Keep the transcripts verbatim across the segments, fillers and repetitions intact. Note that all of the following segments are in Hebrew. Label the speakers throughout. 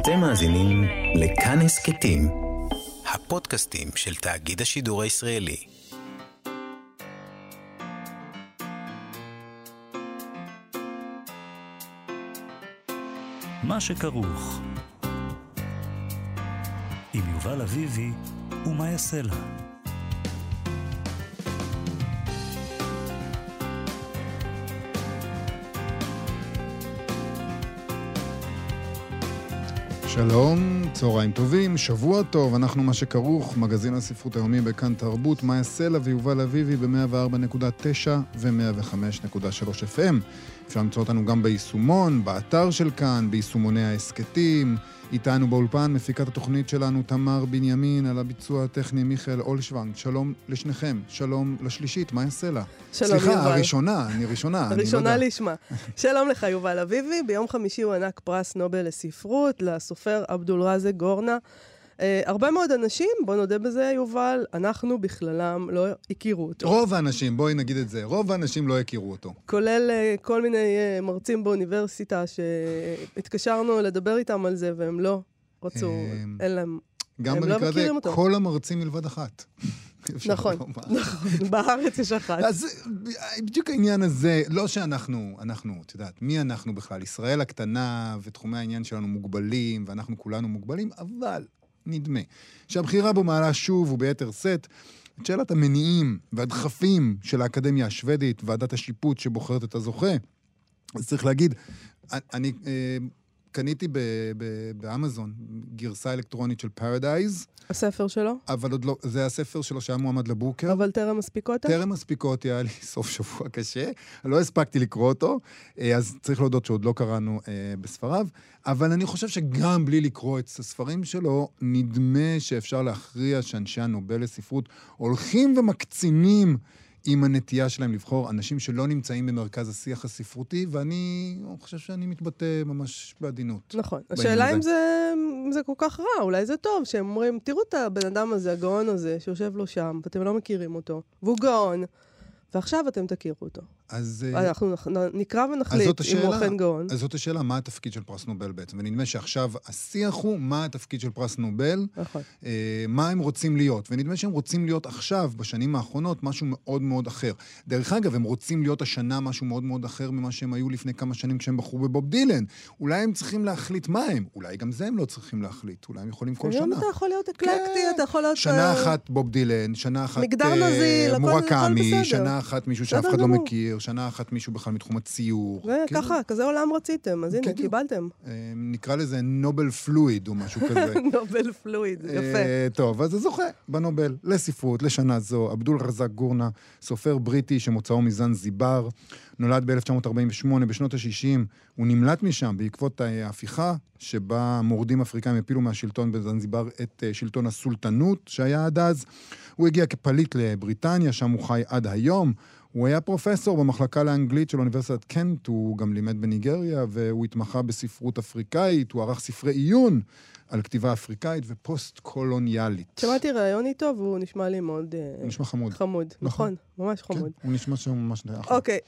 Speaker 1: אתם מאזינים לכאן הסכתים, הפודקאסטים של תאגיד השידור הישראלי.
Speaker 2: מה שכרוך עם יובל אביבי ומה יעשה לה.
Speaker 3: שלום, צהריים טובים, שבוע טוב, אנחנו מה שכרוך, מגזין הספרות היומי בכאן תרבות, מה יעשה לה ויובל אביבי ב-מאה וארבע נקודה תשע ו-מאה וחמש נקודה שלוש אף אם. אפשר למצוא אותנו גם ביישומון, באתר של כאן, ביישומוני ההסכתים. איתנו באולפן מפיקת התוכנית שלנו תמר בנימין, על הביצוע הטכני מיכאל אולשוונג. שלום לשניכם, שלום לשלישית, מה יעשה לה?
Speaker 4: שלום
Speaker 3: סליחה,
Speaker 4: יובל.
Speaker 3: הראשונה, אני ראשונה.
Speaker 4: הראשונה
Speaker 3: אני לא
Speaker 4: לשמה. שלום לך יובל אביבי, ביום חמישי הוא ענק פרס נובל לספרות, לסופר עבדול רזה גורנה. Uh, הרבה מאוד אנשים, בוא נודה בזה יובל, אנחנו בכללם לא הכירו אותו.
Speaker 3: רוב האנשים, בואי נגיד את זה, רוב האנשים לא הכירו אותו.
Speaker 4: כולל uh, כל מיני uh, מרצים באוניברסיטה שהתקשרנו לדבר איתם על זה, והם לא רצו, אין להם,
Speaker 3: גם במקרה הזה, כל המרצים מלבד אחת.
Speaker 4: נכון, נכון, בארץ יש אחת.
Speaker 3: אז בדיוק העניין הזה, לא שאנחנו, אנחנו, את יודעת, מי אנחנו בכלל? ישראל הקטנה ותחומי העניין שלנו מוגבלים, ואנחנו כולנו מוגבלים, אבל נדמה שהבחירה בו מעלה שוב וביתר סט את שאלת המניעים והדחפים של האקדמיה השוודית, ועדת השיפוט שבוחרת את הזוכה. אז צריך להגיד, אני אה, קניתי ב- ב- באמזון גרסה אלקטרונית של פרדייז.
Speaker 4: הספר שלו?
Speaker 3: אבל עוד לא, זה הספר שלו שהיה מועמד לבוקר.
Speaker 4: אבל טרם מספיק אותה?
Speaker 3: טרם מספיק אותי, היה לי סוף שבוע קשה. לא הספקתי לקרוא אותו, אז צריך להודות שעוד לא קראנו אה, בספריו. אבל אני חושב שגם בלי לקרוא את הספרים שלו, נדמה שאפשר להכריע שאנשי הנובל לספרות הולכים ומקצינים עם הנטייה שלהם לבחור אנשים שלא נמצאים במרכז השיח הספרותי, ואני חושב שאני מתבטא ממש בעדינות.
Speaker 4: נכון. השאלה אם זה, זה כל כך רע, אולי זה טוב, שהם אומרים, תראו את הבן אדם הזה, הגאון הזה, שיושב לו שם, ואתם לא מכירים אותו, והוא גאון, ועכשיו אתם תכירו אותו.
Speaker 3: אז
Speaker 4: אנחנו נקרא ונחליט אם הוא אכן גאון.
Speaker 3: אז זאת השאלה, מה התפקיד של פרס נובל בעצם? ונדמה שעכשיו השיח הוא מה התפקיד של פרס נובל,
Speaker 4: נכון.
Speaker 3: מה הם רוצים להיות. ונדמה שהם רוצים להיות עכשיו, בשנים האחרונות, משהו מאוד מאוד אחר. דרך אגב, הם רוצים להיות השנה משהו מאוד מאוד אחר ממה שהם היו לפני כמה שנים כשהם בחרו בבוב דילן. אולי הם צריכים להחליט מה הם. אולי גם זה הם לא צריכים להחליט. אולי הם יכולים כל שנה.
Speaker 4: היום אתה יכול להיות אקלקטי, אתה יכול להיות...
Speaker 3: שנה אחת בוב דילן, שנה אחת
Speaker 4: מגדר נזיל,
Speaker 3: מורקמי, שנה אחת מישהו שאף אחד לא מכיר, שנה אחת מישהו בכלל מתחום הציור.
Speaker 4: וככה, כזה עולם רציתם, אז הנה, קיבלתם.
Speaker 3: נקרא לזה נובל פלואיד או משהו כזה.
Speaker 4: נובל פלואיד, יפה.
Speaker 3: טוב, אז זה זוכה בנובל לספרות, לשנה זו, עבדול רזה גורנה, סופר בריטי שמוצאו מזנזיבר, נולד ב-אלף תשע מאות ארבעים ושמונה, בשנות ה-שישים, הוא נמלט משם בעקבות ההפיכה, שבה מורדים אפריקאים הפילו מהשלטון בזנזיבר את שלטון הסולטנות, שהיה עד אז. הוא הגיע כפליט לבריטניה, שם הוא חי עד היום. הוא היה פרופסור במחלקה לאנגלית של אוניברסיטת קנט, הוא גם לימד בניגריה, והוא התמחה בספרות אפריקאית, הוא ערך ספרי עיון על כתיבה אפריקאית ופוסט-קולוניאלית.
Speaker 4: שמעתי רעיון איתו, והוא נשמע לי מאוד...
Speaker 3: נשמע חמוד.
Speaker 4: חמוד, נכון, ממש חמוד.
Speaker 3: הוא נשמע שהוא ממש די אחר.
Speaker 4: אוקיי,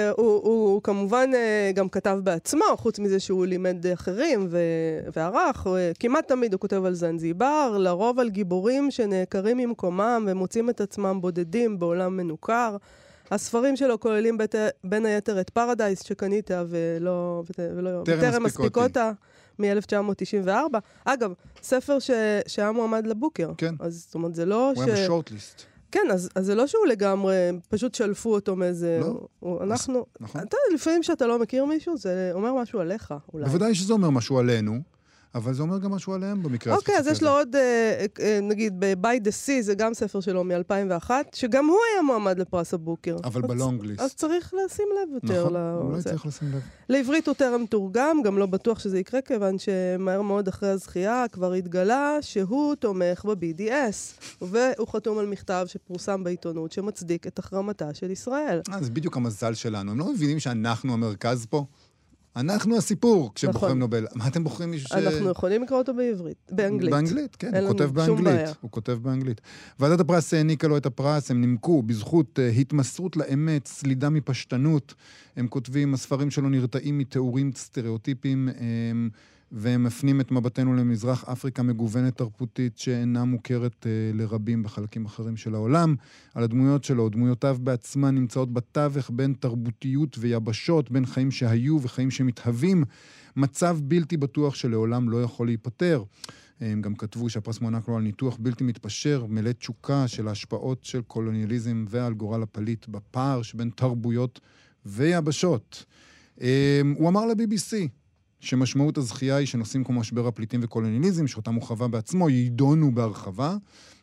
Speaker 4: הוא כמובן גם כתב בעצמו, חוץ מזה שהוא לימד אחרים וערך, כמעט תמיד הוא כותב על זנזיבר, לרוב על גיבורים שנעקרים ממקומם ומוצאים את עצמם בודדים בעולם מנוכר. הספרים שלו כוללים בת... בין היתר את פרדייס שקנית ולא, ולא... טרם מספיק אותה מ-אלף תשע מאות תשעים וארבע. אגב, ספר ש... שהיה מועמד לבוקר.
Speaker 3: כן.
Speaker 4: אז זאת אומרת, זה לא
Speaker 3: הוא
Speaker 4: ש...
Speaker 3: היה בשורטליסט.
Speaker 4: כן, אז, אז זה לא שהוא לגמרי, פשוט שלפו אותו מאיזה...
Speaker 3: לא.
Speaker 4: הוא, אנחנו...
Speaker 3: נכון.
Speaker 4: אתה, לפעמים שאתה לא מכיר מישהו, זה אומר משהו עליך, אולי.
Speaker 3: בוודאי שזה אומר משהו עלינו. אבל זה אומר גם משהו עליהם במקרה.
Speaker 4: אוקיי, אז יש לו עוד, נגיד, ב-By the Sea, זה גם ספר שלו מ-אלפיים ואחת, שגם הוא היה מועמד לפרס הבוקר.
Speaker 3: אבל בלונגליסט.
Speaker 4: אז צריך לשים לב יותר.
Speaker 3: נכון, אולי צריך לשים לב.
Speaker 4: לעברית הוא טרם תורגם, גם לא בטוח שזה יקרה, כיוון שמהר מאוד אחרי הזכייה כבר התגלה שהוא תומך ב-בי די אס, והוא חתום על מכתב שפורסם בעיתונות שמצדיק את החרמתה של ישראל.
Speaker 3: אה, זה בדיוק המזל שלנו. הם לא מבינים שאנחנו המרכז פה? אנחנו הסיפור כשבוחרים נובל. מה אתם בוחרים מישהו ש...
Speaker 4: אנחנו יכולים לקרוא אותו בעברית, באנגלית.
Speaker 3: באנגלית, כן, הוא כותב באנגלית. הוא כותב באנגלית. ועדת הפרס העניקה לו את הפרס, הם נימקו בזכות התמסרות לאמת, סלידה מפשטנות. הם כותבים, הספרים שלו נרתעים מתיאורים סטריאוטיפיים, והם מפנים את מבטנו למזרח אפריקה מגוונת תרבותית שאינה מוכרת אה, לרבים בחלקים אחרים של העולם. על הדמויות שלו, דמויותיו בעצמן נמצאות בתווך בין תרבותיות ויבשות, בין חיים שהיו וחיים שמתהווים, מצב בלתי בטוח שלעולם לא יכול להיפטר. הם גם כתבו שהפרס מוענק לו על ניתוח בלתי מתפשר, מלא תשוקה של ההשפעות של קולוניאליזם ועל גורל הפליט בפער שבין תרבויות ויבשות. הוא אמר ל-בי בי סי שמשמעות הזכייה היא שנושאים כמו משבר הפליטים וקולוניאליזם, שאותם הוא חווה בעצמו, יידונו בהרחבה.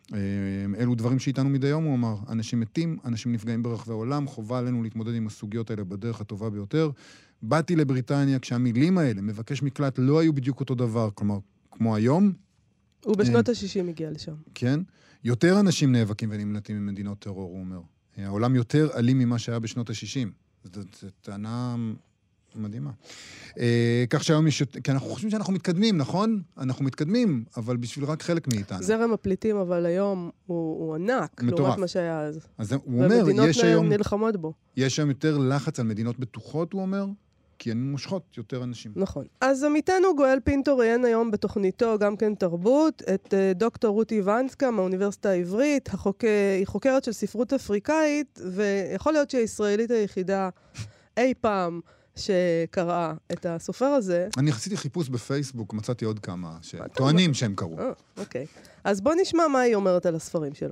Speaker 3: אלו דברים שאיתנו מדי יום, הוא אמר, אנשים מתים, אנשים נפגעים ברחבי העולם, חובה עלינו להתמודד עם הסוגיות האלה בדרך הטובה ביותר. באתי לבריטניה כשהמילים האלה, מבקש מקלט, לא היו בדיוק אותו דבר, כלומר, כמו היום.
Speaker 4: הוא בשנות ה-שישים הגיע לשם.
Speaker 3: כן. יותר אנשים נאבקים ונמלטים ממדינות טרור, הוא אומר. העולם יותר אלים ממה שהיה בשנות ה-שישים. זו טענה מדהימה. כך שהיום יש... כי אנחנו חושבים שאנחנו מתקדמים, נכון? אנחנו מתקדמים, אבל בשביל רק חלק מאיתנו.
Speaker 4: זרם הפליטים, אבל היום הוא, הוא ענק, לעומת מה שהיה אז.
Speaker 3: אז הוא אומר, יש היום...
Speaker 4: ומדינות נלחמות בו.
Speaker 3: יש היום יותר לחץ על מדינות בטוחות, הוא אומר, כי הן מושכות יותר אנשים.
Speaker 4: נכון. אז עמיתנו גואל פינטו ראיין היום בתוכניתו גם כן תרבות, את דוקטור רותי ונסקה מהאוניברסיטה העברית, החוק... היא חוקרת של ספרות אפריקאית, ויכול להיות שהיא הישראלית היחידה אי פעם שקראה את הסופר הזה.
Speaker 3: אני עשיתי חיפוש בפייסבוק, מצאתי עוד כמה שטוענים שהם קראו.
Speaker 4: אה, אוקיי. אז בוא נשמע מה היא אומרת על הספרים שלו.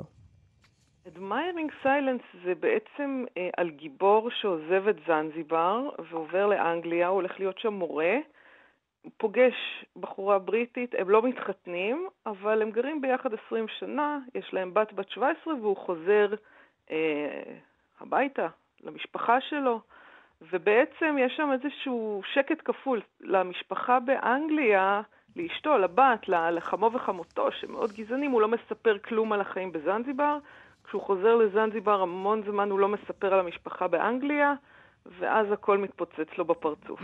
Speaker 5: Admiring Silence זה בעצם אה, על גיבור שעוזב את זנזיבר ועובר לאנגליה, הוא הולך להיות שם מורה, הוא פוגש בחורה בריטית, הם לא מתחתנים, אבל הם גרים ביחד עשרים שנה, יש להם בת בת שבע עשרה והוא חוזר אה, הביתה, למשפחה שלו, ובעצם יש שם איזשהו שקט כפול למשפחה באנגליה, לאשתו, לבת, לחמו וחמותו, שמאוד גזענים, הוא לא מספר כלום על החיים בזנזיבר, כשהוא חוזר לזנזיבר המון זמן הוא לא מספר על המשפחה באנגליה, ואז הכל מתפוצץ לו בפרצוף.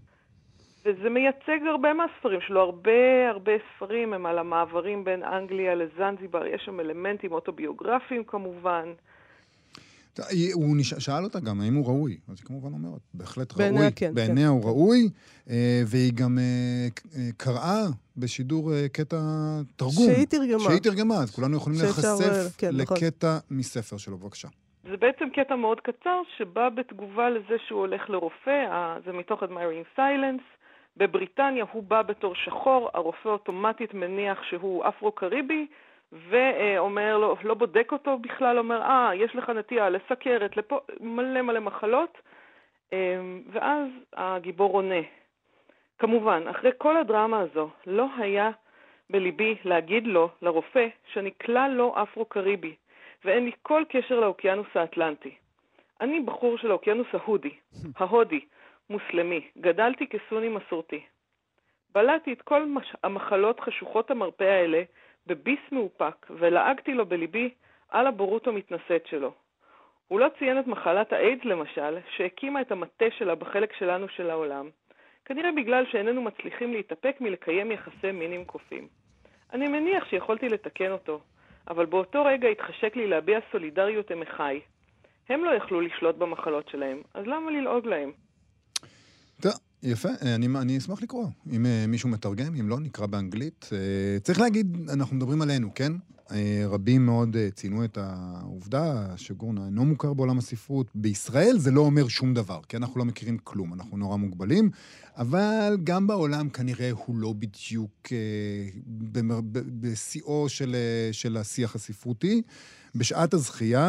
Speaker 5: וזה מייצג הרבה מהספרים שלו, הרבה הרבה ספרים הם על המעברים בין אנגליה לזנזיבר, יש שם אלמנטים אוטוביוגרפיים כמובן.
Speaker 3: הוא שאל אותה גם, האם הוא ראוי? אז היא כמובן אומרת, בהחלט ראוי.
Speaker 4: בעיניה כן.
Speaker 3: בעיניה הוא ראוי, והיא גם קראה בשידור קטע תרגום.
Speaker 4: שהיא תרגמה.
Speaker 3: שהיא תרגמה, אז כולנו יכולים להיחשף לקטע מספר שלו, בבקשה.
Speaker 5: זה בעצם קטע מאוד קצר, שבא בתגובה לזה שהוא הולך לרופא, זה מתוך Admiring Silence, בבריטניה הוא בא בתור שחור, הרופא אוטומטית מניח שהוא אפרו-קריבי, ואומר לו, לא בודק אותו בכלל, אומר, אה, יש לך נטייה לסכרת, לפה, מלא מלא מחלות, ואז הגיבור עונה. כמובן, אחרי כל הדרמה הזו, לא היה בליבי להגיד לו, לרופא, שאני כלל לא אפרו-קריבי, ואין לי כל קשר לאוקיינוס האטלנטי. אני בחור של האוקיינוס ההודי, ההודי, מוסלמי, גדלתי כסוני מסורתי. בלעתי את כל המחלות חשוכות המרפא האלה, בביס מאופק, ולעגתי לו בליבי על הבורות המתנשאת שלו. הוא לא ציין את מחלת האיידס למשל, שהקימה את המטה שלה בחלק שלנו של העולם, כנראה בגלל שאיננו מצליחים להתאפק מלקיים יחסי מין עם קופים. אני מניח שיכולתי לתקן אותו, אבל באותו רגע התחשק לי להביע סולידריות עם אחי. הם לא יכלו לשלוט במחלות שלהם, אז למה ללעוג להם?
Speaker 3: טוב, יפה, אני, אני אשמח לקרוא. אם מישהו מתרגם, אם לא, נקרא באנגלית. צריך להגיד, אנחנו מדברים עלינו, כן? רבים מאוד ציינו את העובדה שגורנה אינו מוכר בעולם הספרות. בישראל זה לא אומר שום דבר, כי אנחנו לא מכירים כלום, אנחנו נורא מוגבלים, אבל גם בעולם כנראה הוא לא בדיוק בשיאו של, של השיח הספרותי. בשעת הזכייה,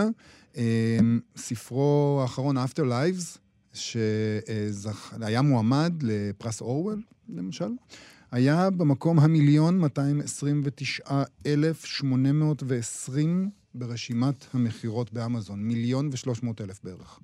Speaker 3: ספרו האחרון, After Lives, שהיה מועמד לפרס אורוול, למשל, היה במקום המיליון מאתיים עשרים ותשעה אלף שמונה מאות ועשרים ברשימת המחירות באמזון, מיליון ושלוש מאות אלף בערך.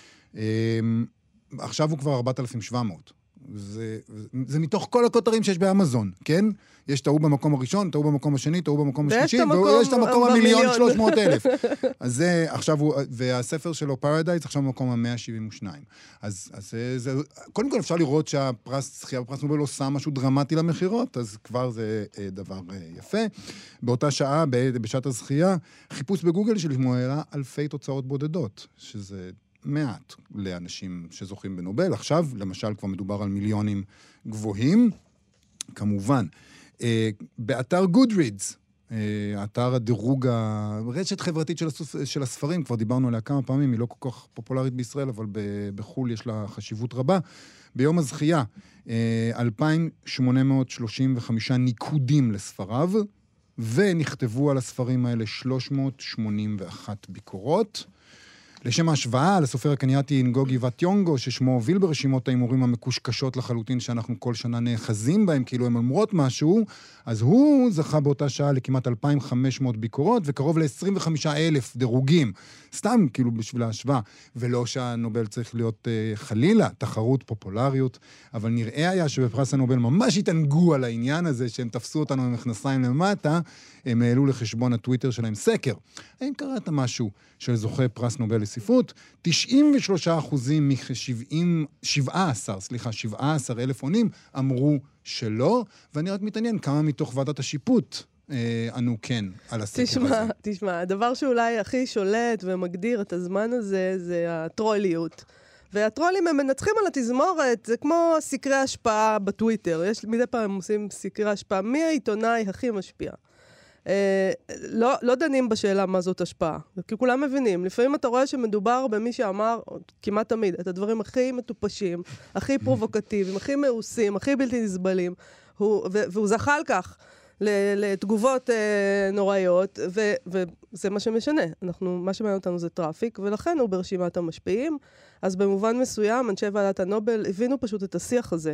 Speaker 3: עכשיו הוא כבר ארבעת אלפים ושבע מאות. זה, זה מתוך כל הכותרים שיש באמזון, כן? יש תאו במקום הראשון, תאו במקום השני, תאו במקום השלישי, ויש את המקום המיליון שלוש מאות אלף. אז זה עכשיו הוא, והספר שלו, פרדייז, עכשיו במקום ה-מאה שבעים ושתיים. אז, אז זה, קודם כל אפשר לראות שהפרס, זכייה בפרס נובל עושה משהו דרמטי למחירות, אז כבר זה דבר יפה. באותה שעה, בשעת הזכייה, חיפוש בגוגל שלשמו העלה אלפי תוצאות בודדות, שזה מעט לאנשים שזוכים בנובל. עכשיו, למשל, כבר מדובר על מיליונים גבוהים. כמובן. באתר Goodreads, אתר הדירוג, הרשת חברתית של, הסופ... של הספרים, כבר דיברנו עליה כמה פעמים, היא לא כל כך פופולרית בישראל, אבל בחול יש לה חשיבות רבה. ביום הזכייה, אלפיים שמונה מאות שלושים וחמישה ניקודים לספריו, ונכתבו על הספרים האלה שלוש מאות שמונים ואחת ביקורות. לשם ההשוואה, לסופר הקנייתי אינגוגי וטיונגו, ששמו הוביל ברשימות האימורים המקושקשות לחלוטין, שאנחנו כל שנה נאחזים בהם, כאילו הם אומרות משהו, אז הוא זכה באותה שעה לכמעט אלפיים וחמש מאות ביקורות, וקרוב ל-עשרים וחמישה אלף דירוגים. סתם, כאילו, בשביל ההשוואה. ולא שהנובל צריך להיות אה, חלילה, תחרות, פופולריות, אבל נראה היה שבפרס הנובל ממש התענגו על העניין הזה, שהם תפסו אותנו במכנסיים למטה, הם העלו לחשבון הטוויטר שלהם סקר. האם קראת משהו של זוכה פרס נובל לספרות? תשעים ושלושה אחוזים מכ-שבעים, שבעה עשר, סליחה, שבעה עשר אלף עונים אמרו שלא, ואני רק מתעניין כמה מתוך ועדת השיפוט אה, ענו כן על הסקר
Speaker 4: תשמע,
Speaker 3: הזה.
Speaker 4: תשמע, הדבר שאולי הכי שולט ומגדיר את הזמן הזה, זה הטרוליות. והטרולים הם מנצחים על התזמורת, זה כמו סקרי השפעה בטוויטר. יש מדי פעם עושים סקרי השפעה. מי העיתונאי הכי משפיע? אה, לא, לא דנים בשאלה מה זאת השפעה, כי כולם מבינים. לפעמים אתה רואה שמדובר במי שאמר, כמעט תמיד, את הדברים הכי מטופשים, הכי פרובוקטיביים, הכי מאוסים, הכי בלתי נסבלים, הוא, ו, והוא זכה על כך לתגובות אה, נוראיות, ו, וזה מה שמשנה. אנחנו, מה שמעניין אותנו זה טראפיק, ולכן הוא ברשימת המשפיעים. אז במובן מסוים, אנשי ועדת הנובל הבינו פשוט את השיח הזה.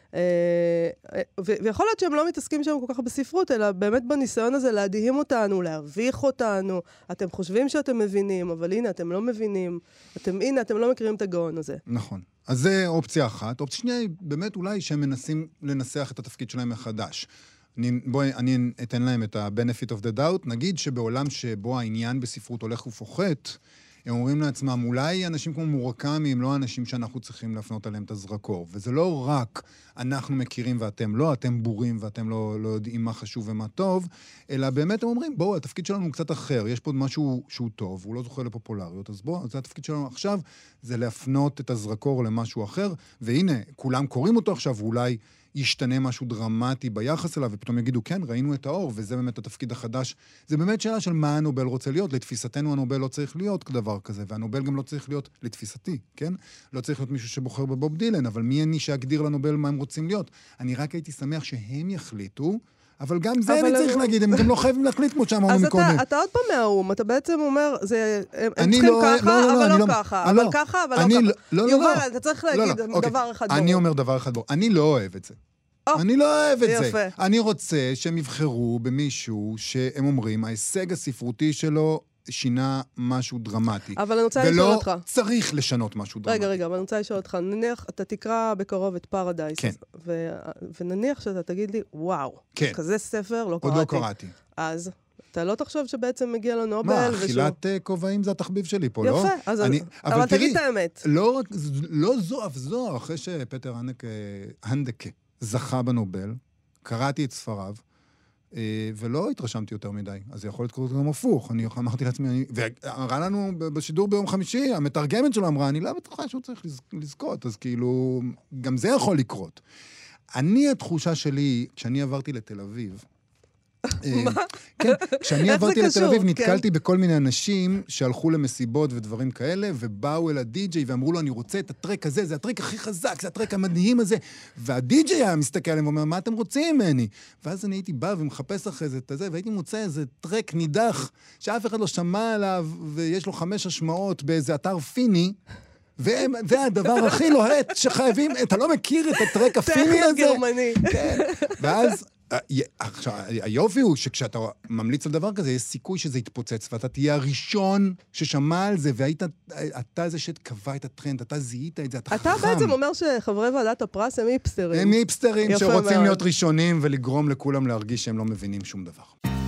Speaker 4: ויכול להיות שהם לא מתעסקים שם כל כך בספרות, אלא באמת בניסיון הזה להדהים אותנו, להרוויח אותנו. אתם חושבים שאתם מבינים, אבל הנה, אתם לא מבינים. אתם, הנה, אתם לא מכירים את הגאון הזה.
Speaker 3: נכון. אז זה אופציה אחת. אופציה שנייה היא באמת אולי שהם מנסים לנסח את התפקיד שלהם מחדש. אני, בואי, אני אתן להם את ה-benefit of the doubt. נגיד שבעולם שבו העניין בספרות הולך ופוחת, הם אומרים לעצמם, אולי אנשים כמו מורקמי הם לא אנשים שאנחנו צריכים להפנות עליהם את הזרקור. וזה לא רק אנחנו מכירים ואתם לא, אתם בורים ואתם לא, לא יודעים מה חשוב ומה טוב, אלא באמת הם אומרים, בואו, התפקיד שלנו הוא קצת אחר, יש פה משהו שהוא טוב, הוא לא זוכה לפופולריות, אז בואו, זה התפקיד שלנו עכשיו, זה להפנות את הזרקור למשהו אחר, והנה, כולם קוראים אותו עכשיו, ואולי ישתנה משהו דרמטי ביחס אליו, ופתאום יגידו, כן, ראינו את האור, וזה באמת התפקיד החדש. זה באמת שאלה של מה הנובל רוצה להיות. לתפיסתנו הנובל לא צריך להיות כדבר כזה, והנובל גם לא צריך להיות, לתפיסתי, כן? לא צריך להיות מישהו שבוחר בבוב דילן, אבל מי אני שאגדיר לנובל מה הם רוצים להיות? אני רק הייתי שמח שהם יחליטו, אבל גם זה אני צריך להגיד, הם גם לא חייבים להחליט כמו שאמרנו מקודם.
Speaker 4: אז אתה עוד פעם מהאום, אתה בעצם אומר, הם צריכים ככה, אבל לא ככה, אבל ככה, אבל לא ככה. יובל, אתה צריך להגיד דבר אחד ברור.
Speaker 3: אני אומר דבר אחד ברור. אני לא אוהב את זה. אני לא אוהב את זה. אני רוצה שהם יבחרו במישהו שהם אומרים, ההישג הספרותי שלו שינה משהו דרמטי.
Speaker 4: אבל אני רוצה לשאול אותך.
Speaker 3: ולא צריך לשנות משהו דרמטי.
Speaker 4: רגע, רגע, אבל אני רוצה לשאול אותך. נניח, אתה תקרא בקרוב את פרדייס.
Speaker 3: כן.
Speaker 4: ונניח שאתה תגיד לי, וואו,
Speaker 3: כן.
Speaker 4: כזה ספר לא קראתי.
Speaker 3: עוד לא קראתי.
Speaker 4: אז אתה לא תחשוב שבעצם מגיע לנובל.
Speaker 3: מה, אכילת כובעים זה התחביב שלי פה, לא?
Speaker 4: יפה, אז אני... אבל תגיד את האמת.
Speaker 3: לא זו אף זו, אחרי שפטר הנדקה זכה בנובל, קראתי את ספריו, ולא התרשמתי יותר מדי. אז זה יכול להיות גם הפוך. אני אמרתי לעצמי, ואמרה לנו בשידור ביום חמישי, המתרגמת שלו אמרה, אני לא בטוחה שהוא צריך לזכות, אז כאילו, גם זה יכול לקרות. אני, התחושה שלי, כשאני עברתי לתל אביב,
Speaker 4: מה?
Speaker 3: כן, כשאני עברתי לתל אביב, נתקלתי בכל מיני אנשים שהלכו למסיבות ודברים כאלה, ובאו אל הדי-ג'יי ואמרו לו, אני רוצה את הטרק הזה, זה הטרק הכי חזק, זה הטרק המדהים הזה, והדי-ג'יי היה מסתכל עליהם ואומר, מה אתם רוצים ממני? ואז אני הייתי בא ומחפש אחרי זה את זה, והייתי מוצא איזה טרק נידח, שאף אחד לא שמע עליו, ויש לו חמש השמעות באיזה אתר פיני, והדבר הכי לוהט שחייבים, אתה לא מכיר את הטרק הפיני הזה?
Speaker 4: גרמני. כן,
Speaker 3: ואז עכשיו, היופי הוא שכשאתה ממליץ על דבר כזה, יש סיכוי שזה יתפוצץ, ואתה תהיה הראשון ששמע על זה, והיית, אתה זה שקבע את הטרנד, אתה זיהית את זה, אתה חכם.
Speaker 4: אתה בעצם אומר שחברי ועדת הפרס הם היפסטרים.
Speaker 3: הם היפסטרים שרוצים להיות ראשונים ולגרום לכולם להרגיש שהם לא מבינים שום דבר.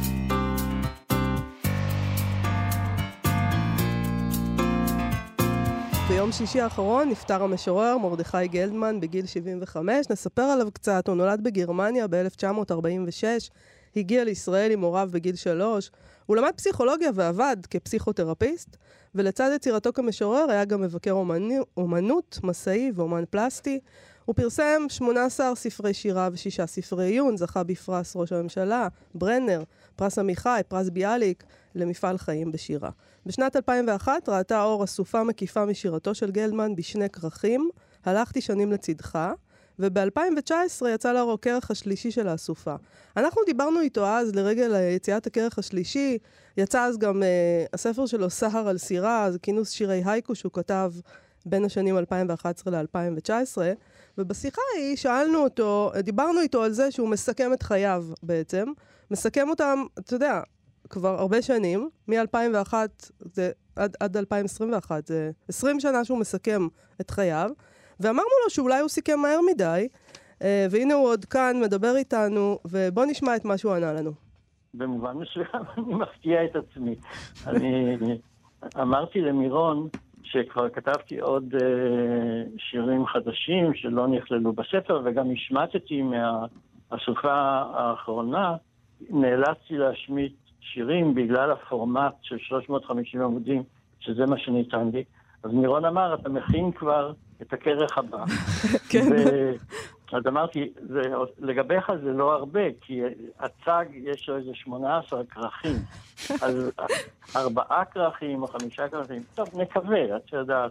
Speaker 4: ביום שישי האחרון נפטר המשורר מרדכי גלדמן בגיל שבעים וחמש. נספר עליו קצת. הוא נולד בגרמניה ב-אלף תשע מאות ארבעים ושש, הגיע לישראל עם הוריו בגיל שלוש. הוא למד פסיכולוגיה ועבד כפסיכותרפיסט, ולצד יצירתו כמשורר היה גם מבקר אומנות, מסאי ואומן פלסטי. הוא פרסם שמונה עשר ספרי שירה ושישה ספרי עיון, זכה בפרס ראש הממשלה, ברנר, פרס עמיחי, פרס ביאליק, למפעל חיים בשירה. בשנת אלפיים ואחת ראתה אור אסופה מקיפה משירתו של גלדמן בשני כרכים, הלכתי שנים לצדך, וב-אלפיים תשע עשרה יצא לאור הכרך השלישי של האסופה. אנחנו דיברנו איתו אז לרגל יציאת הכרך השלישי, יצא אז גם uh, הספר שלו סהר על סירה, זה כינוס שירי הייקו שהוא כתב בין השנים אלפיים ואחת עשרה ל-אלפיים תשע עשרה, ובשיחה היא שאלנו אותו, דיברנו איתו על זה שהוא מסכם את חייו בעצם, מסכם אותם, אתה יודע, כבר הרבה שנים, מ-אלפיים ואחת זה, עד, עד אלפיים עשרים ואחת, זה עשרים שנה שהוא מסכם את חייו, ואמרנו לו שאולי הוא סיכם מהר מדי, והנה הוא עוד כאן מדבר איתנו, ובוא נשמע את מה שהוא ענה לנו.
Speaker 6: במובן מסוים אני מפתיע את עצמי. אני אמרתי למירון שכבר כתבתי עוד שירים חדשים שלא נכללו בספר, וגם השמטתי מהאסופה האחרונה, נאלצתי להשמיט שירים בגלל הפורמט של שלוש מאות וחמישים עמודים, שזה מה שניתן לי. אז מירון אמר, אתה מכין כבר את הכרך הבא.
Speaker 4: כן.
Speaker 6: אז אמרתי, זה, לגביך זה לא הרבה, כי הצג יש לו איזה שמונה עשר כרכים. אז ארבעה כרכים או חמישה כרכים, טוב, נקווה, את יודעת.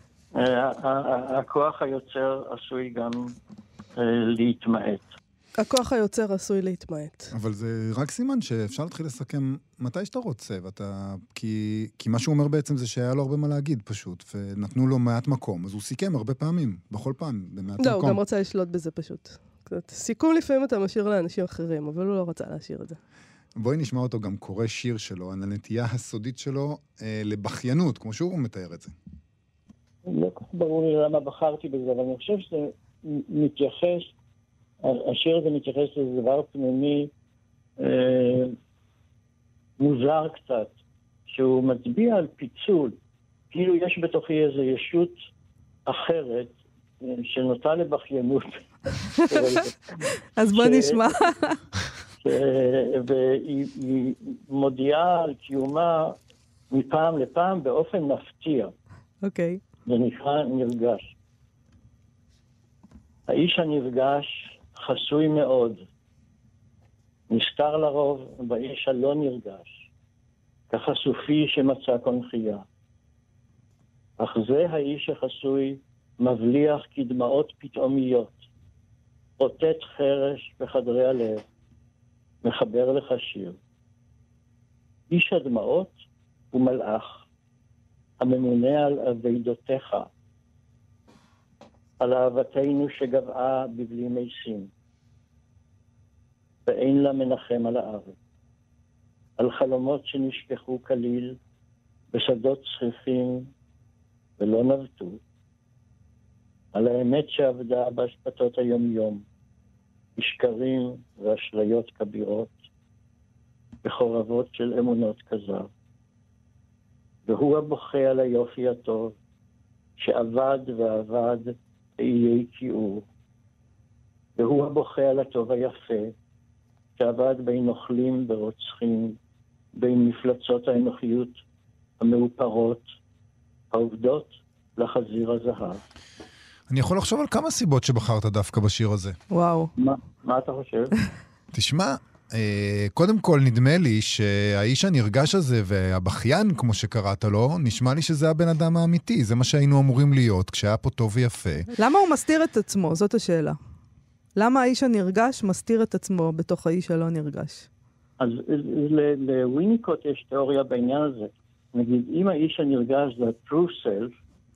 Speaker 6: הכוח היוצר עשוי גם להתמעט.
Speaker 4: הכוח היוצר עשוי להתמעט.
Speaker 3: אבל זה רק סימן שאפשר להתחיל לסכם מתי שאתה רוצה, ואתה... כי, כי מה שהוא אומר בעצם זה שהיה לו הרבה מה להגיד פשוט, ונתנו לו מעט מקום, אז הוא סיכם הרבה פעמים, בכל פעם, במעט
Speaker 4: לא,
Speaker 3: מקום.
Speaker 4: הוא גם רוצה לשלוט בזה פשוט. סיכום לפעמים אתה משאיר לאנשים אחרים, אבל הוא לא רצה להשאיר את זה.
Speaker 3: בואי נשמע אותו גם קורא שיר שלו, על הנטייה הסודית שלו אה, לבחיינות, כמו שהוא מתאר את זה.
Speaker 6: לא כל כך ברור לי למה בחרתי בזה, אבל אני חושב שזה מתייחס, השיר הזה מתייחס לדבר פנימי אה, מוזר קצת, שהוא מצביע על פיצול, כאילו יש בתוכי איזו ישות אחרת, אה, שנוטה לבחיינות.
Speaker 4: אז בוא נשמע.
Speaker 6: והיא מודיעה על קיומה מפעם לפעם באופן מפתיע.
Speaker 4: אוקיי.
Speaker 6: זה נקרא נרגש. האיש הנרגש חסוי מאוד, נסתר לרוב באיש הלא נרגש, כחשופי שמצא קונחייה. אך זה האיש החסוי מבליח כדמעות פתאומיות, אותת חרש בחדרי הלב, מחבר לך שיר. איש הדמעות הוא מלאך, הממונה על אבידותיך, על אהבתנו שגבעה בבלי מיסים, ואין לה מנחם על הארץ, על חלומות שנשכחו כליל, בשדות צחיחים ולא נבטו, על האמת שעבדה בהשפטות היום-יום, בשקרים ואשליות כבירות, בחורבות של אמונות כזב. והוא הבוכה על היופי הטוב, שעבד ועבד באיי כיעור. והוא הבוכה על הטוב היפה, שעבד בין אוכלים ורוצחים, בין מפלצות האנוכיות המאופרות, העובדות לחזיר הזהב.
Speaker 3: אני יכול לחשוב על כמה סיבות שבחרת דווקא בשיר הזה.
Speaker 4: וואו.
Speaker 6: מה, מה אתה חושב?
Speaker 3: תשמע, קודם כל נדמה לי שהאיש הנרגש הזה והבכיין, כמו שקראת לו, נשמע לי שזה הבן אדם האמיתי. זה מה שהיינו אמורים להיות כשהיה פה טוב ויפה.
Speaker 4: למה הוא מסתיר את עצמו? זאת השאלה. למה האיש הנרגש מסתיר את עצמו בתוך האיש הלא נרגש?
Speaker 6: אז לוויניקוט יש תיאוריה בעניין הזה. נגיד, אם האיש הנרגש זה ה-true self,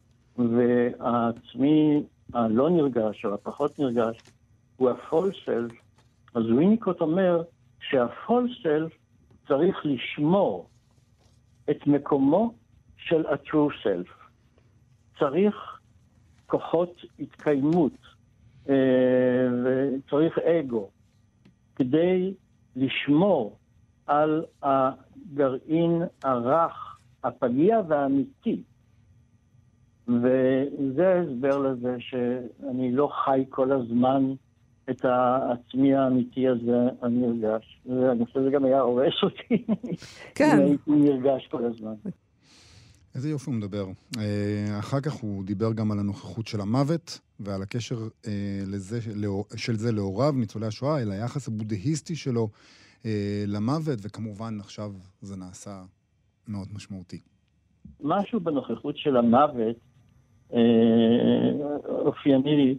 Speaker 6: והעצמי הלא נרגש או הפחות נרגש הוא ה-false self, אז וויניקוט אומר שה-false self צריך לשמור את מקומו של ה-true self. צריך כוחות התקיימות, וצריך אגו, כדי לשמור על הגרעין הרך, הפגיע והאמיתי. וזה ההסבר לזה שאני לא חי כל הזמן את העצמי האמיתי הזה הנרגש. ואני חושב שזה גם היה הורס אותי.
Speaker 4: כן.
Speaker 6: הייתי נרגש כל הזמן.
Speaker 3: איזה יופי הוא מדבר. אחר כך הוא דיבר גם על הנוכחות של המוות, ועל הקשר לזה, של זה להוריו, ניצולי השואה, אל היחס הבודהיסטי שלו למוות, וכמובן עכשיו זה נעשה מאוד משמעותי.
Speaker 6: משהו בנוכחות של המוות אופייני לי,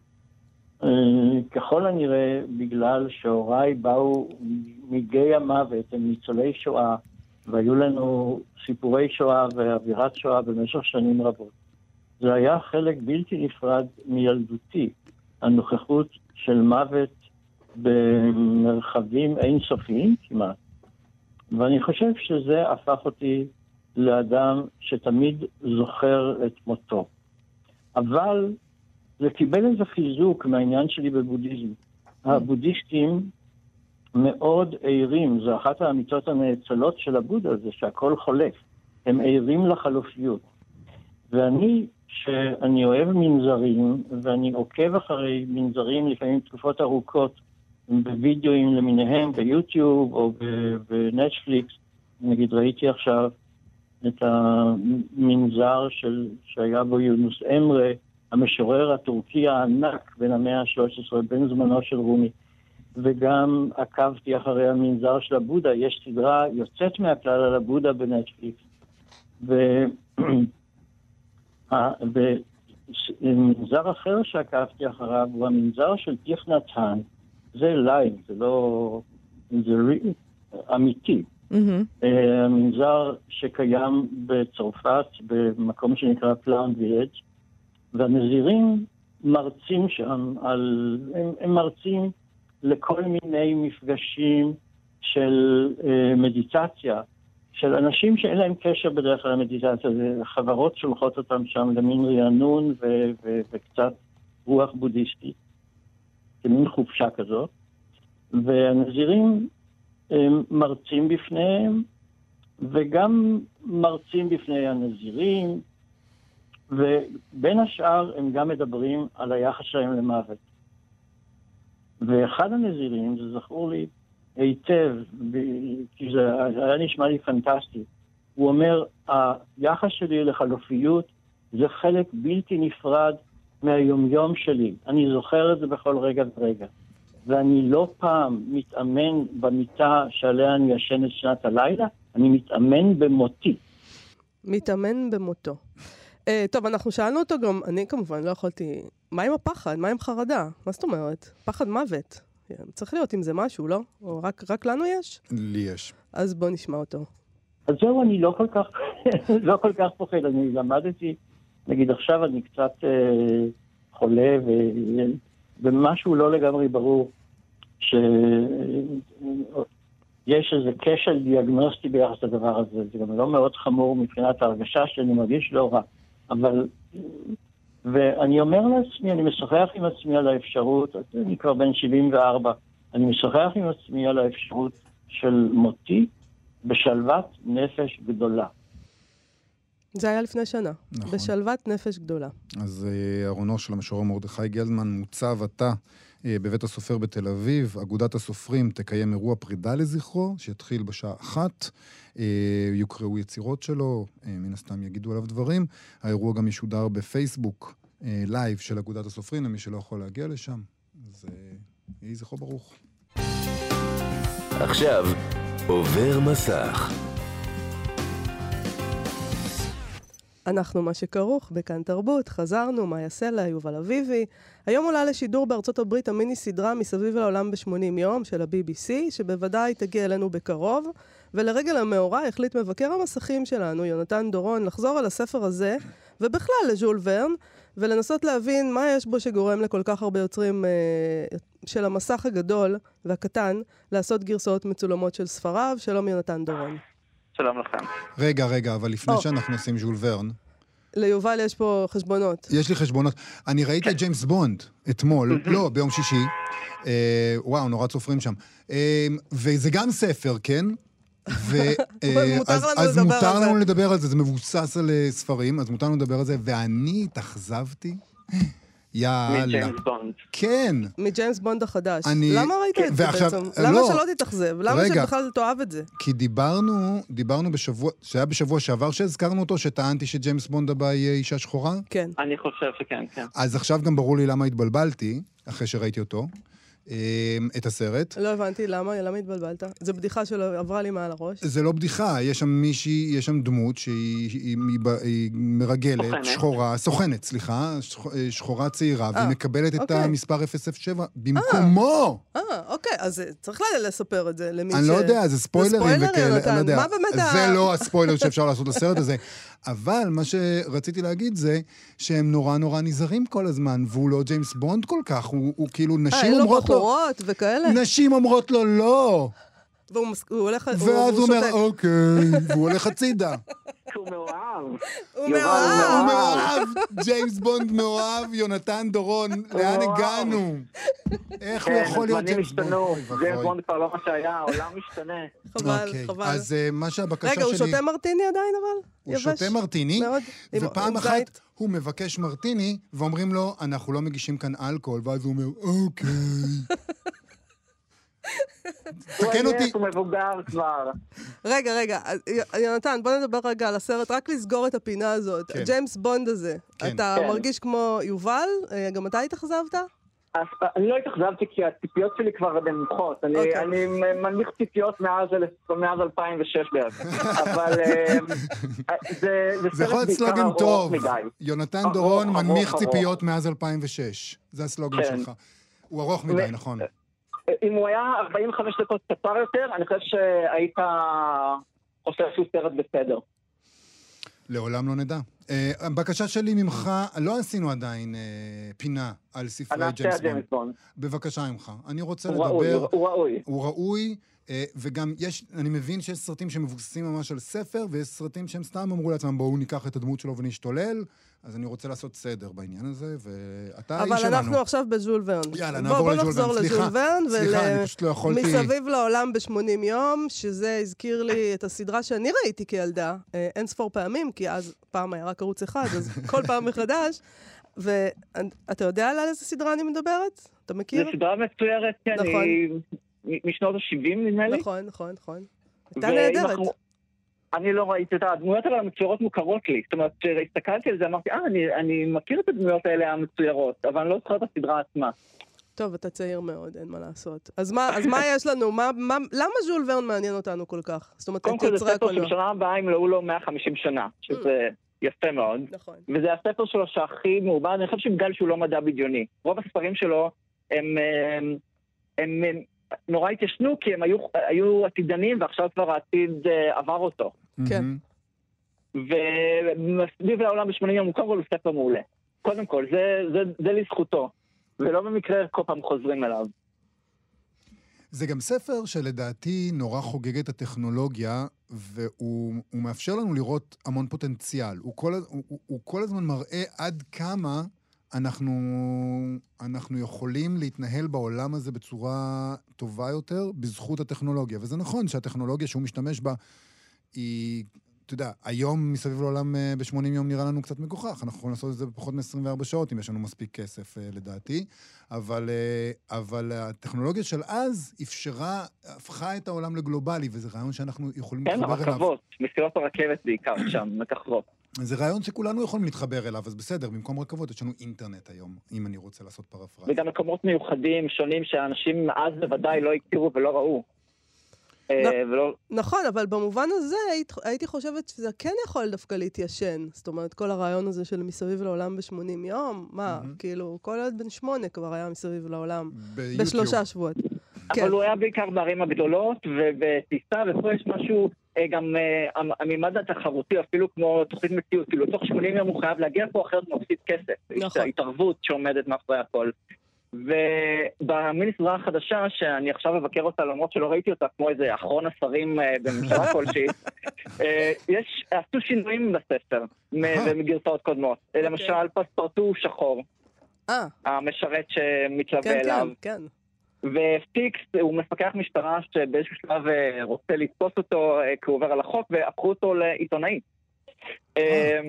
Speaker 6: ככל הנראה בגלל שהוריי באו מגי המוות, הם ניצולי שואה, והיו לנו סיפורי שואה ואווירת שואה במשך שנים רבות. זה היה חלק בלתי נפרד מילדותי, הנוכחות של מוות במרחבים אינסופיים כמעט. ואני חושב שזה הפך אותי לאדם שתמיד זוכר את מותו. אבל זה קיבל איזה חיזוק מהעניין שלי בבודהיזם. הבודהיסטים מאוד עירים, זו אחת האמיתות הנאצלות של הבודה, זה שהכל חולף. הם עירים לחלופיות. ואני, שאני אוהב מנזרים, ואני עוקב אחרי מנזרים לפעמים תקופות ארוכות, בווידאוים למיניהם, ביוטיוב או בנטפליקס, נגיד ראיתי עכשיו את המנזר של, שהיה בו יונוס אמרה, המשורר הטורקי הענק בין המאה ה-שלוש עשרה, בין זמנו של רומי, וגם עקבתי אחרי המנזר של הבודה, יש סדרה יוצאת מהכלל על הבודה בנטפליקס, ומנזר אחר שעקבתי אחריו הוא המנזר של תיך נתן, זה לייב, זה לא, זה אמיתי. Mm-hmm. המנזר שקיים בצרפת, במקום שנקרא פלאון וילג', והנזירים מרצים שם, על, הם, הם מרצים לכל מיני מפגשים של אה, מדיטציה, של אנשים שאין להם קשר בדרך כלל למדיטציה, זה חברות שולחות אותם שם למין רענון ו- ו- וקצת רוח בודהיסטית, כמין חופשה כזאת, והנזירים הם מרצים בפניהם, וגם מרצים בפני הנזירים, ובין השאר הם גם מדברים על היחס שלהם למוות. ואחד הנזירים, זה זכור לי היטב, כי זה היה נשמע לי פנטסטי, הוא אומר, היחס שלי לחלופיות זה חלק בלתי נפרד מהיומיום שלי. אני זוכר את זה בכל רגע ורגע. ואני לא פעם מתאמן במיטה שעליה אני ישן את שנת הלילה, אני מתאמן במותי.
Speaker 4: מתאמן במותו. Uh, טוב, אנחנו שאלנו אותו גם, אני כמובן לא יכולתי, מה עם הפחד? מה עם חרדה? מה זאת אומרת? פחד מוות. צריך להיות עם זה משהו, לא? או רק, רק לנו יש?
Speaker 3: לי יש.
Speaker 4: אז בוא נשמע אותו.
Speaker 6: אז זהו, אני לא כל כך, לא כל כך פוחד. אני למדתי, נגיד עכשיו אני קצת אה, חולה, ו... ומשהו לא לגמרי ברור, שיש איזה כשל דיאגנוסטי ביחס לדבר הזה. זה גם לא מאוד חמור מבחינת ההרגשה שאני מרגיש לא רע. אבל, ואני אומר לעצמי, אני משוחח עם עצמי על האפשרות, אני כבר בן שבעים וארבע, אני משוחח עם עצמי על האפשרות של מותי בשלוות נפש גדולה.
Speaker 4: זה היה לפני שנה,
Speaker 3: נכון.
Speaker 4: בשלוות נפש גדולה.
Speaker 3: אז ארונו של המשורר מרדכי גלדמן מוצב עתה בבית הסופר בתל אביב. אגודת הסופרים תקיים אירוע פרידה לזכרו, שיתחיל בשעה אחת. יוקראו יצירות שלו, מן הסתם יגידו עליו דברים. האירוע גם ישודר בפייסבוק לייב של אגודת הסופרים, למי שלא יכול להגיע לשם. אז יהי זכרו ברוך.
Speaker 7: עכשיו עובר מסך.
Speaker 4: אנחנו מה שכרוך בכאן תרבות, חזרנו, מאיה סלע, יובל אביבי. היום עולה לשידור בארצות הברית המיני סדרה מסביב לעולם ב-שמונים יום של ה-בי בי סי, שבוודאי תגיע אלינו בקרוב, ולרגל המאורע החליט מבקר המסכים שלנו, יונתן דורון, לחזור על הספר הזה, ובכלל לז'ול ורן, ולנסות להבין מה יש בו שגורם לכל כך הרבה יוצרים אה, של המסך הגדול והקטן, לעשות גרסאות מצולמות של ספריו. שלום יונתן דורון.
Speaker 8: שלום לכם.
Speaker 3: רגע, רגע, אבל לפני
Speaker 4: או.
Speaker 3: שאנחנו עושים ז'ול ורן,
Speaker 4: ליובל יש פה חשבונות.
Speaker 3: יש לי חשבונות. אני ראיתי את ג'יימס בונד אתמול, לא, ביום שישי. אה, וואו, נורא צופרים שם. אה, וזה גם ספר, כן? ו, אה,
Speaker 4: מותר
Speaker 3: אז,
Speaker 4: לנו
Speaker 3: אז
Speaker 4: לדבר
Speaker 3: מותר
Speaker 4: על זה.
Speaker 3: לנו לדבר על זה, זה מבוסס על ספרים, אז מותר לנו לדבר על זה, ואני התאכזבתי. יאללה.
Speaker 6: מג'יימס בונד.
Speaker 3: כן.
Speaker 4: מג'יימס בונד החדש.
Speaker 3: אני-
Speaker 4: למה ראית
Speaker 3: כן,
Speaker 4: את זה
Speaker 3: ועכשיו-
Speaker 4: בעצם? למה
Speaker 3: לא.
Speaker 4: שלא תתאכזב? למה
Speaker 3: רגע.
Speaker 4: שבכלל תאהב את זה?
Speaker 3: כי דיברנו, דיברנו בשבוע, שהיה בשבוע שעבר שהזכרנו אותו, שטענתי שג'יימס בונד הבא יהיה אישה שחורה.
Speaker 4: כן.
Speaker 6: אני חושב שכן, כן.
Speaker 3: אז עכשיו גם ברור לי למה התבלבלתי, אחרי שראיתי אותו, את הסרט.
Speaker 4: לא הבנתי למה, למה התבלבלת? זו בדיחה שלא עברה לי מעל הראש.
Speaker 3: זה לא בדיחה, יש שם מישהי, יש שם דמות שהיא היא, היא, היא מרגלת,
Speaker 6: סוכנת.
Speaker 3: שחורה, סוכנת, סליחה, שח, שחורה צעירה, והיא
Speaker 4: אה,
Speaker 3: מקבלת את
Speaker 4: אוקיי.
Speaker 3: המספר אפס אפס שבע במקומו.
Speaker 4: אה, אוקיי, אז צריך לספר את זה למי ש...
Speaker 3: אני לא יודע, זה ספוילרים
Speaker 4: ספוילר,
Speaker 3: וכאלה,
Speaker 4: יונתן,
Speaker 3: אני לא יודע.
Speaker 4: מה באמת ה-
Speaker 3: זה לא הספוילר שאפשר לעשות לסרט הזה. אבל מה שרציתי להגיד זה שהם נורא נורא נזהרים כל הזמן, והוא לא ג'יימס בונד כל כך, הוא, הוא כאילו,
Speaker 4: אה,
Speaker 3: נשים
Speaker 4: אין לו
Speaker 3: אומרות לו,
Speaker 4: בחורות וכאלה?
Speaker 3: נשים אומרות לו לא,
Speaker 4: והוא מס- הוא הולך...
Speaker 3: ואז הוא אומר
Speaker 4: שותק.
Speaker 3: אוקיי, והוא הולך הצידה.
Speaker 6: הוא מאוהב.
Speaker 4: הוא
Speaker 6: יובל,
Speaker 4: מאוהב.
Speaker 3: הוא מאוהב, ג'יימס בונד מאוהב, יונתן דורון, לאן
Speaker 6: וואו.
Speaker 3: הגענו? איך הוא
Speaker 6: כן,
Speaker 3: יכול להיות
Speaker 6: הזמנים
Speaker 3: ג'יימס בונד?
Speaker 6: השתנו,
Speaker 3: אוי ואבוי.
Speaker 6: ג'יימס בונד כבר לא מה שהיה, העולם משתנה.
Speaker 4: חבל,
Speaker 3: אוקיי,
Speaker 4: חבל.
Speaker 3: אז אה, מה שהבקשה שלי...
Speaker 4: רגע, הוא שותה מרטיני עדיין אבל?
Speaker 3: הוא
Speaker 4: יבש.
Speaker 3: שותה מרטיני,
Speaker 4: מאוד. עם-
Speaker 3: ופעם
Speaker 4: עם
Speaker 3: אחת
Speaker 4: זית.
Speaker 3: הוא מבקש מרטיני, ואומרים לו, אנחנו לא מגישים כאן אלכוהול, ואז הוא אומר, אוקיי. תקן
Speaker 6: הוא
Speaker 3: אותי.
Speaker 6: עייף, הוא מבוגר כבר.
Speaker 4: רגע, רגע, אז, י- יונתן, בוא נדבר רגע על הסרט, רק לסגור את הפינה הזאת.
Speaker 3: כן.
Speaker 4: ג'יימס בונד הזה,
Speaker 3: כן.
Speaker 4: אתה
Speaker 6: כן.
Speaker 4: מרגיש כמו יובל? אה, גם אתה התאכזבת?
Speaker 6: אז אני לא התאכזבתי כי הציפיות שלי כבר נמוכות. אני,
Speaker 4: אוקיי.
Speaker 6: אני מנמיך ציפיות מאז, אלף- מאז אלפיים ושש בערך. אבל אה, זה, זה
Speaker 3: זה יכול
Speaker 6: סרט
Speaker 3: להיות
Speaker 6: בעיקר
Speaker 3: סלוגן
Speaker 6: ארוך
Speaker 3: טוב.
Speaker 6: מדי.
Speaker 3: יונתן
Speaker 6: ארוך,
Speaker 3: דורון
Speaker 6: ארוך,
Speaker 3: מנמיך
Speaker 6: ארוך.
Speaker 3: ציפיות מאז אלפיים ושש. זה הסלוגן
Speaker 6: כן.
Speaker 3: שלך. הוא ארוך מדי,
Speaker 6: ו-
Speaker 3: נכון.
Speaker 6: אם הוא היה ארבעים וחמש דקות קצר יותר, אני חושב שהיית חושב שהוא סרט בסדר.
Speaker 3: לעולם לא נדע. אה, הבקשה שלי ממך, לא עשינו עדיין אה, פינה על ספרי
Speaker 6: ענף
Speaker 3: ג'יימס
Speaker 6: ג'יימס
Speaker 3: בונד.
Speaker 6: בונד.
Speaker 3: בבקשה ממך. אני רוצה
Speaker 6: הוא ראוי,
Speaker 3: לדבר...
Speaker 6: הוא ראוי.
Speaker 3: הוא ראוי, אה, וגם יש, אני מבין שיש סרטים שמבוססים ממש על ספר, ויש סרטים שהם סתם אמרו לעצמם, בואו ניקח את הדמות שלו ונשתולל, אז אני רוצה לעשות סדר בעניין הזה, ואתה האיש
Speaker 4: אבל
Speaker 3: שלנו.
Speaker 4: אנחנו עכשיו בז'ול ורן.
Speaker 3: יאללה,
Speaker 4: בוא-
Speaker 3: נעבור
Speaker 4: בוא
Speaker 3: לג'ול
Speaker 4: נחזור
Speaker 3: ורן.
Speaker 4: לג'ול
Speaker 3: סליחה,
Speaker 4: ורן,
Speaker 3: סליחה, אני פשוט לא יכולתי...
Speaker 4: מסביב לעולם ב-שמונים יום, שזה הזכיר לי את הסדרה שאני ראיתי כילדה, אה, אין ספור פעמים, כי אז פעם היה רק ערוץ אחד, אז כל פעם מחדש. ואתה יודע על איזה סדרה אני מדברת? אתה
Speaker 6: זו
Speaker 4: מכיר?
Speaker 6: סדרה מצוירת, כן,
Speaker 4: נכון.
Speaker 6: היא מ- משנות ה-שבעים נדמה לי.
Speaker 4: נכון, נכון, נכון. הייתה
Speaker 6: ואם
Speaker 4: נהדרת.
Speaker 6: אנחנו- אני לא ראיתי את הדמויות האלה המצוירות מוכרות לי. זאת אומרת, כשהסתכלתי על זה אמרתי, אה, אני, אני מכיר את הדמויות האלה המצוירות, אבל אני לא זוכר את הסדרה עצמה.
Speaker 4: טוב, אתה צעיר מאוד, אין מה לעשות. אז מה, אז מה יש לנו? מה, מה, למה ז'ול ורן מעניין אותנו כל כך? זאת אומרת,
Speaker 6: קודם
Speaker 4: את
Speaker 6: כל זה
Speaker 4: יוצרי
Speaker 6: ספר
Speaker 4: הקולנוע.
Speaker 6: שבשנה הבאה ימלאו לו מאה וחמישים שנה, שזה יפה מאוד.
Speaker 4: נכון.
Speaker 6: וזה הספר שלו שהכי מעובד, אני חושב שבגלל שהוא לא מדע בדיוני. רוב הספרים שלו הם, הם, הם, הם נורא התיישנו כי הם היו, היו עתידנים ועכשיו כבר העתיד אה, עבר אותו.
Speaker 4: כן.
Speaker 3: מהמם.
Speaker 6: ומסביב לעולם בשמונים יום הוא קודם כל הוא ספר מעולה. קודם כל, זה, זה, זה לזכותו. ולא במקרה כל פעם חוזרים אליו.
Speaker 3: זה גם ספר שלדעתי נורא חוגג את הטכנולוגיה, והוא הוא מאפשר לנו לראות המון פוטנציאל. הוא כל, הוא, הוא, הוא כל הזמן מראה עד כמה אנחנו, אנחנו יכולים להתנהל בעולם הזה בצורה טובה יותר בזכות הטכנולוגיה. וזה נכון שהטכנולוגיה שהוא משתמש בה היא... אתה יודע, היום מסביב לעולם ב-שמונים יום נראה לנו קצת מגוחך. אנחנו יכולים לעשות את זה בפחות מ-עשרים וארבע שעות, אם יש לנו מספיק כסף, לדעתי. אבל, אבל הטכנולוגיה של אז אפשרה, הפכה את העולם לגלובלי, וזה רעיון שאנחנו יכולים
Speaker 6: כן,
Speaker 3: להתחבר אליו.
Speaker 6: הרכבות, מסילות הרכבת בעיקר שם, מתחרות.
Speaker 3: זה רעיון שכולנו יכולים להתחבר אליו, אז בסדר, במקום רכבות יש לנו אינטרנט היום, אם אני רוצה לעשות פרפרזה.
Speaker 6: וגם מקומות מיוחדים, שונים, שאנשים אז בוודאי לא הכירו ולא ראו. ולא...
Speaker 4: נכון, אבל במובן הזה היית, הייתי חושבת שזה כן יכול דווקא להתיישן. זאת אומרת, כל הרעיון הזה של מסביב לעולם ב-שמונים יום, מה,
Speaker 3: Mhm.
Speaker 4: כאילו, כל ילד בן שמונה כבר היה מסביב לעולם
Speaker 3: ביוטיוב.
Speaker 4: בשלושה שבועות. כן.
Speaker 6: אבל הוא היה בעיקר בערים הגדולות, ובטיסה, ופה יש משהו, אה, גם אה, הממד התחרותי, אפילו כמו תוכנית מציאות, כאילו, תוך שמונים יום הוא חייב להגיע פה, אחרת הוא מפסיד כסף.
Speaker 4: נכון.
Speaker 6: יש ההתערבות שעומדת מאחורי הכל. ובמיני סדרה החדשה, שאני עכשיו מבקר אותה, למרות שלא ראיתי אותה, כמו איזה אחרון השרים אה, בממשלה כלשהי, אה, יש, עשו שינויים בספר, מ- מגרסאות קודמות. Okay. למשל, פספורטו שחור,
Speaker 4: אה,
Speaker 6: המשרת שמתלווה
Speaker 4: כן,
Speaker 6: אליו.
Speaker 4: כן, כן.
Speaker 6: ופיקס הוא מפקח משטרה שבאיזשהו שלב אה, רוצה לתפוס אותו אה, כי הוא עובר על החוק, והפכו אותו לעיתונאי. אה,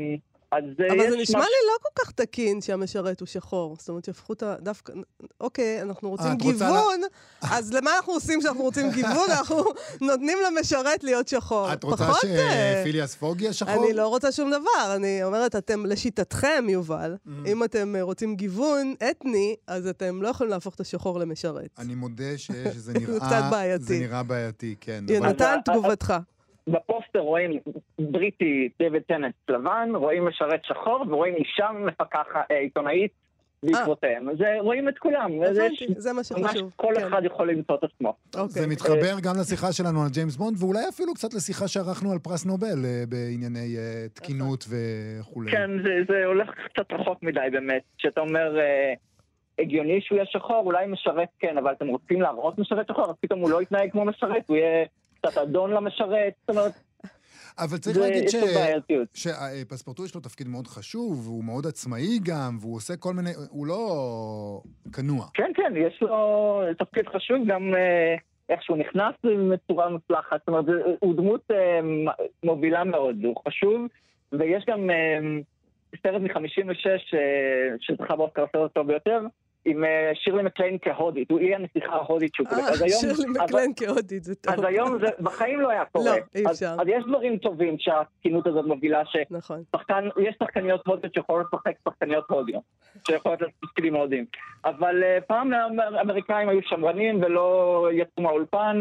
Speaker 8: אז
Speaker 4: אבל זה נשמע לי לא כל כך תקין שהמשרת הוא שחור. זאת אומרת, יפכו את דווקא... אוקיי, אנחנו רוצים גיוון, אז למה אנחנו עושים שאנחנו רוצים גיוון? אנחנו נותנים למשרת להיות שחור.
Speaker 3: את רוצה שפיליאס פוג יהיה שחור?
Speaker 4: אני לא רוצה שום דבר. אני אומרת, אתם לשיטתכם, יובל, אם אתם רוצים גיוון אתני, אז אתם לא יכולים להפוך את השחור למשרת.
Speaker 3: אני מודה שזה נראה...
Speaker 4: קצת בעייתי.
Speaker 3: זה נראה בעייתי, כן.
Speaker 4: יונתן, תגובתך.
Speaker 8: בפוסטר רואים בריטי דיוויד טנט לבן, רואים משרת שחור, ורואים אישה מפקחת עיתונאית בעקבותיהם. אז רואים את כולם.
Speaker 4: זה מה שחשוב.
Speaker 8: כל אחד יכול למצוא את עצמו.
Speaker 3: זה מתחבר גם לשיחה שלנו על ג'יימס בונד, ואולי אפילו קצת לשיחה שערכנו על פרס נובל בענייני תקינות וכו'.
Speaker 8: כן, זה הולך קצת רחוק מדי באמת. שאתה אומר... הגיוני שהוא יהיה שחור, אולי משרת כן, אבל אתם רוצים להראות משרת שחור, אז פתאום הוא לא יתנהג כמו משרת, הוא יהיה קצת אדון למשרת, זאת אומרת...
Speaker 3: אבל צריך להגיד שפספורטו יש לו תפקיד מאוד חשוב, והוא מאוד עצמאי גם, והוא עושה כל מיני... הוא לא כנוע.
Speaker 8: כן, כן, יש לו תפקיד חשוב, גם איך שהוא נכנס בצורה מוצלחת, זאת אומרת, הוא דמות מובילה מאוד, הוא חשוב, ויש גם... סרט מ-חמישים ושש שזכה באוסקר הסרט הטוב ביותר, עם שירלי מקליין כהודית. הוא יהיה הנסיכה ההודית שהוא קורא.
Speaker 4: אה, שירלי מקליין כהודית, זה טוב.
Speaker 8: אז היום זה בחיים לא היה קורה.
Speaker 4: לא, אי אפשר.
Speaker 8: אז יש דברים טובים שהתקינות הזאת מובילה,
Speaker 4: נכון.
Speaker 8: יש שחקניות הודיות שיכולות לשחק שחקניות הודיות, שיכולות לתפקידים הודיים. אבל פעם האמריקאים היו שמרנים ולא יצאו מהאולפן,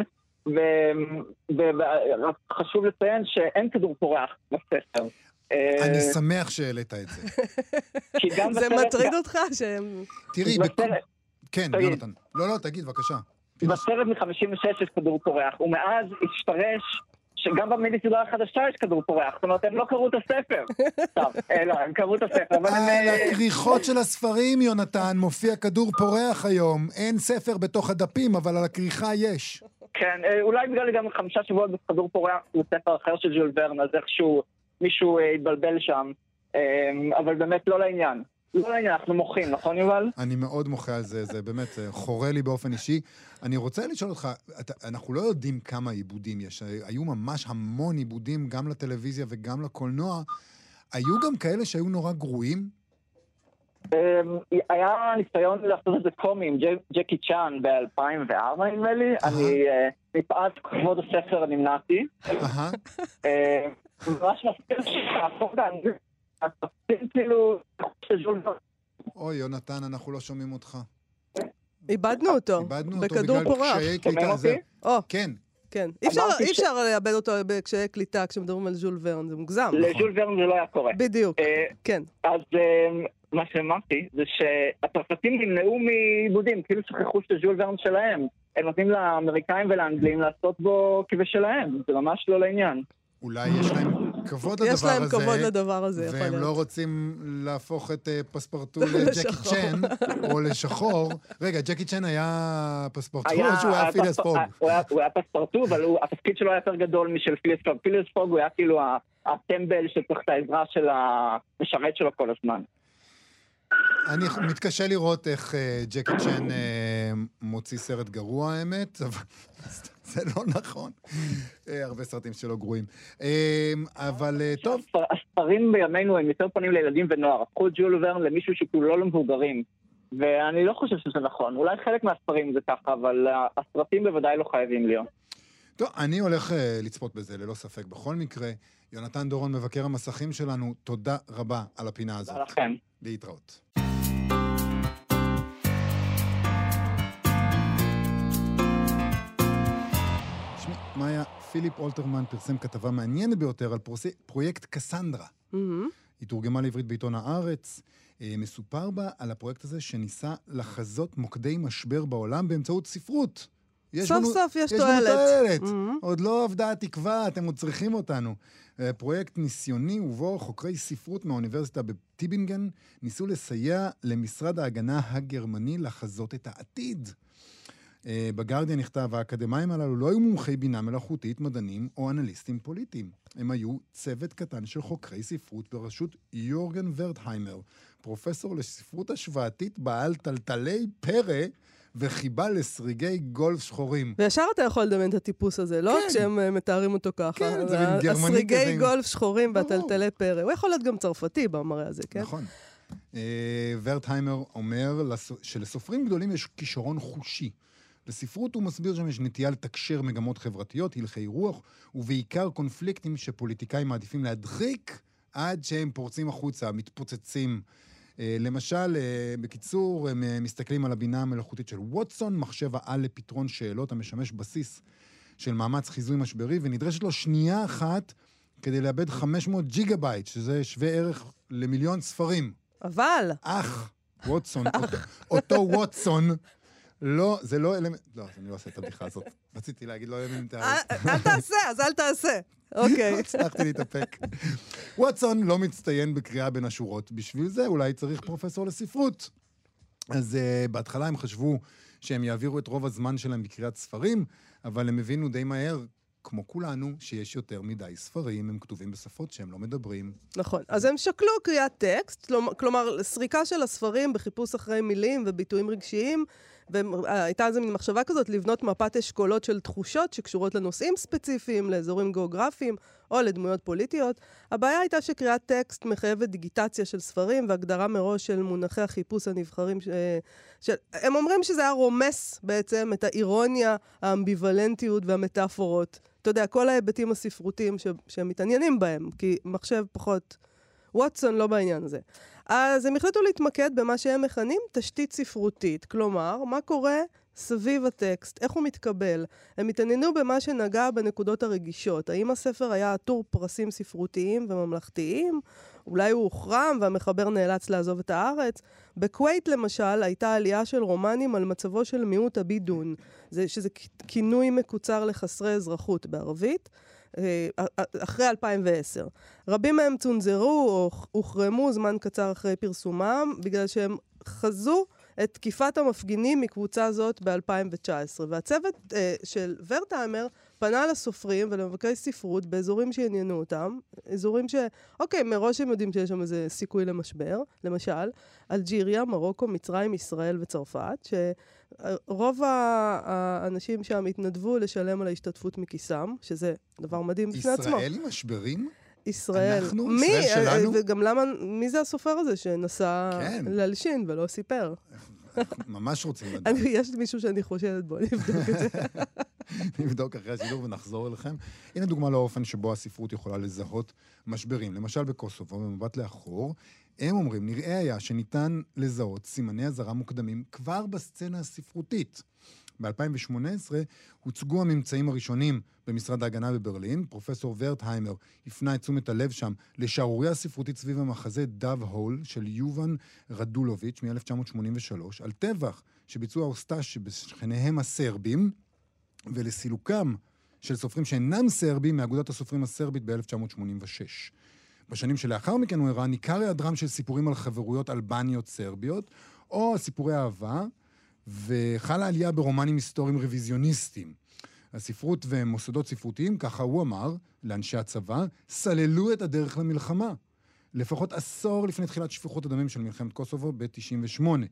Speaker 8: וחשוב לציין שאין כדור פורח בספר.
Speaker 3: אני שמח שהעלית את זה.
Speaker 4: זה מטריד אותך שהם...
Speaker 3: תראי, כן, יונתן. לא, לא, תגיד, בבקשה.
Speaker 8: בסרט מ-חמישים ושש יש כדור פורח, ומאז השתרש שגם במיני סדרה החדשה יש כדור פורח. זאת אומרת, הם לא קראו את הספר. טוב, לא, הם קראו את הספר, אבל הם...
Speaker 3: על הכריכות של הספרים, יונתן, מופיע כדור פורח היום. אין ספר בתוך הדפים, אבל על הכריכה יש.
Speaker 8: כן, אולי בגלל גם חמישה שבועות בכדור פורח הוא ספר אחר של ז'ול ורן, אז איכשהו מישהו התבלבל שם, אבל באמת לא לעניין. לא לעניין, אנחנו מוחים, נכון יובל?
Speaker 3: אני מאוד מוחה על זה, זה באמת חורה לי באופן אישי. אני רוצה לשאול אותך, אנחנו לא יודעים כמה עיבודים יש, היו ממש המון עיבודים גם לטלוויזיה וגם לקולנוע, היו גם כאלה שהיו נורא גרועים?
Speaker 8: היה ניסיון לעשות את זה קומי עם ג'קי צ'אן ב-אלפיים וארבע נדמה לי, אני מפאת כבוד הספר נמנעתי. ממש מפתיע שהפוך באנגלית, התפתיע כאילו...
Speaker 3: אוי, יונתן, אנחנו לא שומעים אותך.
Speaker 4: איבדנו אותו.
Speaker 3: איבדנו אותו
Speaker 4: בכדור פורח.
Speaker 8: שומעים אותי?
Speaker 3: כן.
Speaker 4: כן. אי אפשר לאבד אותו בקשיי קליטה כשמדברים על ז'ול ורן, זה מוגזם.
Speaker 8: לז'ול ורן זה לא היה קורה.
Speaker 4: בדיוק, כן.
Speaker 8: אז מה שאמרתי זה שהצרפתים נמנעו מעיבודים, כאילו שכחו שז'ול ורן שלהם. הם נותנים לאמריקאים ולאנגלים לעשות בו כבשלהם. זה ממש לא לעניין.
Speaker 3: אולי יש להם כבוד לדבר הזה.
Speaker 4: יש להם כבוד לדבר הזה, יכול להיות.
Speaker 3: והם לא רוצים להפוך את פספורטו לג'קי צ'ן, או לשחור. רגע, ג'קי צ'ן היה פספורטו, או שהוא היה פיליאס פוג?
Speaker 8: הוא היה פספורטו, אבל התפקיד שלו היה יותר גדול משל פיליאס פוג. פיליאס פוג הוא היה כאילו הטמבל שצריך את העזרה של המשרת שלו כל הזמן.
Speaker 3: אני מתקשה לראות איך ג'קי צ'ן מוציא סרט גרוע, האמת, אבל זה לא נכון. הרבה סרטים שלו גרועים. אבל טוב.
Speaker 8: הספרים בימינו הם יותר פונים לילדים ונוער. הפכו את ז'ול ורן למישהו שכולו לא למבוגרים. ואני לא חושב שזה נכון. אולי חלק מהספרים זה ככה, אבל הסרטים בוודאי לא חייבים להיות.
Speaker 3: טוב, אני הולך לצפות בזה, ללא ספק. בכל מקרה, יונתן דורון, מבקר המסכים שלנו, תודה רבה על הפינה הזאת.
Speaker 8: תודה לכם.
Speaker 3: להתראות. שמי, מאיה, פיליפ אולטרמן פרסם כתבה מעניינת ביותר על פרוסי, פרויקט קסנדרה. Mm-hmm. היא תורגמה לעברית בעיתון הארץ. מסופר בה על הפרויקט הזה שניסה לחזות מוקדי משבר בעולם באמצעות ספרות.
Speaker 4: סוף
Speaker 3: לנו,
Speaker 4: סוף יש,
Speaker 3: יש
Speaker 4: תועלת.
Speaker 3: תועלת. Mm-hmm. עוד לא עבדה התקווה, אתם עוד צריכים אותנו. פרויקט ניסיוני ובו חוקרי ספרות מהאוניברסיטה בטיבינגן ניסו לסייע למשרד ההגנה הגרמני לחזות את העתיד. בגרדיה נכתב, האקדמיים הללו לא היו מומחי בינה מלאכותית, מדענים או אנליסטים פוליטיים. הם היו צוות קטן של חוקרי ספרות בראשות יורגן ורטהיימר, פרופסור לספרות השוואתית בעל טלטלי פרא וחיבה לסריגי גולף שחורים.
Speaker 4: וישר אתה יכול לדמיין את הטיפוס הזה, לא?
Speaker 3: כן.
Speaker 4: כשהם מתארים אותו ככה.
Speaker 3: כן, זה מין גרמני כזה.
Speaker 4: הסריגי גולף שחורים
Speaker 3: ברור.
Speaker 4: והטלטלי פרא. הוא יכול להיות גם צרפתי במראה הזה, כן?
Speaker 3: נכון. אה, ורטהיימר אומר לס- שלסופרים גדולים יש כישרון חושי. בספרות הוא מסביר שם יש נטייה לתקשר מגמות חברתיות, הלכי רוח, ובעיקר קונפליקטים שפוליטיקאים מעדיפים להדחיק עד שהם פורצים החוצה, מתפוצצים. אה, למשל, אה, בקיצור, הם אה, מסתכלים על הבינה המלאכותית של ווטסון, מחשב העל לפתרון שאלות המשמש בסיס של מאמץ חיזוי משברי, ונדרשת לו שנייה אחת כדי לאבד חמש מאות ג'יגה בייט, שזה שווה ערך למיליון ספרים.
Speaker 4: אבל...
Speaker 3: אך, ווטסון, אותו- אותו ווטסון, לא, זה לא אלמנט... לא, אז אני לא עושה את הבדיחה הזאת. רציתי להגיד לא אלמנטרי.
Speaker 4: אל אל תעשה, אז אל תעשה. אוקיי.
Speaker 3: לא הצלחתי להתאפק. ווטסון לא מצטיין בקריאה בין השורות. בשביל זה אולי צריך פרופסור לספרות. אז uh, בהתחלה הם חשבו שהם יעבירו את רוב הזמן שלהם בקריאת ספרים, אבל הם הבינו די מהר, כמו כולנו, שיש יותר מדי ספרים, הם כתובים בשפות שהם לא מדברים.
Speaker 4: נכון. אז הם שקלו קריאת טקסט, כלומר, סריקה של הספרים בחיפוש אחרי מילים וביטויים רגשיים, והייתה איזו מין מחשבה כזאת לבנות מפת אשכולות של תחושות שקשורות לנושאים ספציפיים, לאזורים גיאוגרפיים או לדמויות פוליטיות. הבעיה הייתה שקריאת טקסט מחייבת דיגיטציה של ספרים והגדרה מראש של מונחי החיפוש הנבחרים. ש... ש... הם אומרים שזה היה רומס בעצם את האירוניה, האמביוולנטיות והמטאפורות. אתה יודע, כל ההיבטים הספרותיים ש... שהם מתעניינים בהם, כי מחשב פחות... ווטסון לא בעניין הזה. אז הם החליטו להתמקד במה שהם מכנים תשתית ספרותית. כלומר, מה קורה סביב הטקסט, איך הוא מתקבל. הם התעניינו במה שנגע בנקודות הרגישות. האם הספר היה עטור פרסים ספרותיים וממלכתיים? אולי הוא הוחרם והמחבר נאלץ לעזוב את הארץ? בקווייט למשל הייתה עלייה של רומנים על מצבו של מיעוט הבידון, זה, שזה כינוי מקוצר לחסרי אזרחות בערבית. אחרי אלפיים ועשר. רבים מהם צונזרו או הוחרמו זמן קצר אחרי פרסומם, בגלל שהם חזו את תקיפת המפגינים מקבוצה זאת ב-אלפיים תשע עשרה. והצוות אה, של ורטהיימר פנה לסופרים ולמבקרי ספרות באזורים שעניינו אותם, אזורים ש... אוקיי, מראש הם יודעים שיש שם איזה סיכוי למשבר, למשל, אלג'יריה, מרוקו, מצרים, ישראל וצרפת, שרוב האנשים שם התנדבו לשלם על ההשתתפות מכיסם, שזה דבר מדהים בפני עצמו.
Speaker 3: ישראל עם משברים?
Speaker 4: ישראל.
Speaker 3: אנחנו?
Speaker 4: מי?
Speaker 3: ישראל שלנו?
Speaker 4: וגם למה, מי זה הסופר הזה שנסע
Speaker 3: כן.
Speaker 4: להלשין ולא סיפר?
Speaker 3: ממש רוצים לדעת.
Speaker 4: אני, יש מישהו שאני חושדת בו, אני אבדוק את זה.
Speaker 3: נבדוק אחרי השידור ונחזור אליכם. הנה דוגמה לאופן שבו הספרות יכולה לזהות משברים. למשל בקוסובו, במבט לאחור, הם אומרים, נראה היה שניתן לזהות סימני אזהרה מוקדמים כבר בסצנה הספרותית. ב-אלפיים שמונה עשרה הוצגו הממצאים הראשונים במשרד ההגנה בברלין. פרופסור ורטהיימר הפנה את תשומת הלב שם לשערוריה ספרותית סביב המחזה דב הול של יובן רדולוביץ' מ-אלף תשע מאות שמונים ושלוש, על טבח שביצעו האוסטש שבשכניהם הסרבים, ולסילוקם של סופרים שאינם סרבים מאגודת הסופרים הסרבית ב-אלף תשע מאות שמונים ושש. בשנים שלאחר מכן הוא הראה ניכר היעדרם של סיפורים על חברויות אלבניות סרביות, או סיפורי אהבה, וחלה עלייה ברומנים היסטוריים רוויזיוניסטיים. הספרות ומוסדות ספרותיים, ככה הוא אמר, לאנשי הצבא, סללו את הדרך למלחמה. לפחות עשור לפני תחילת שפיכות הדמים של מלחמת קוסובו ב-תשעים ושמונה.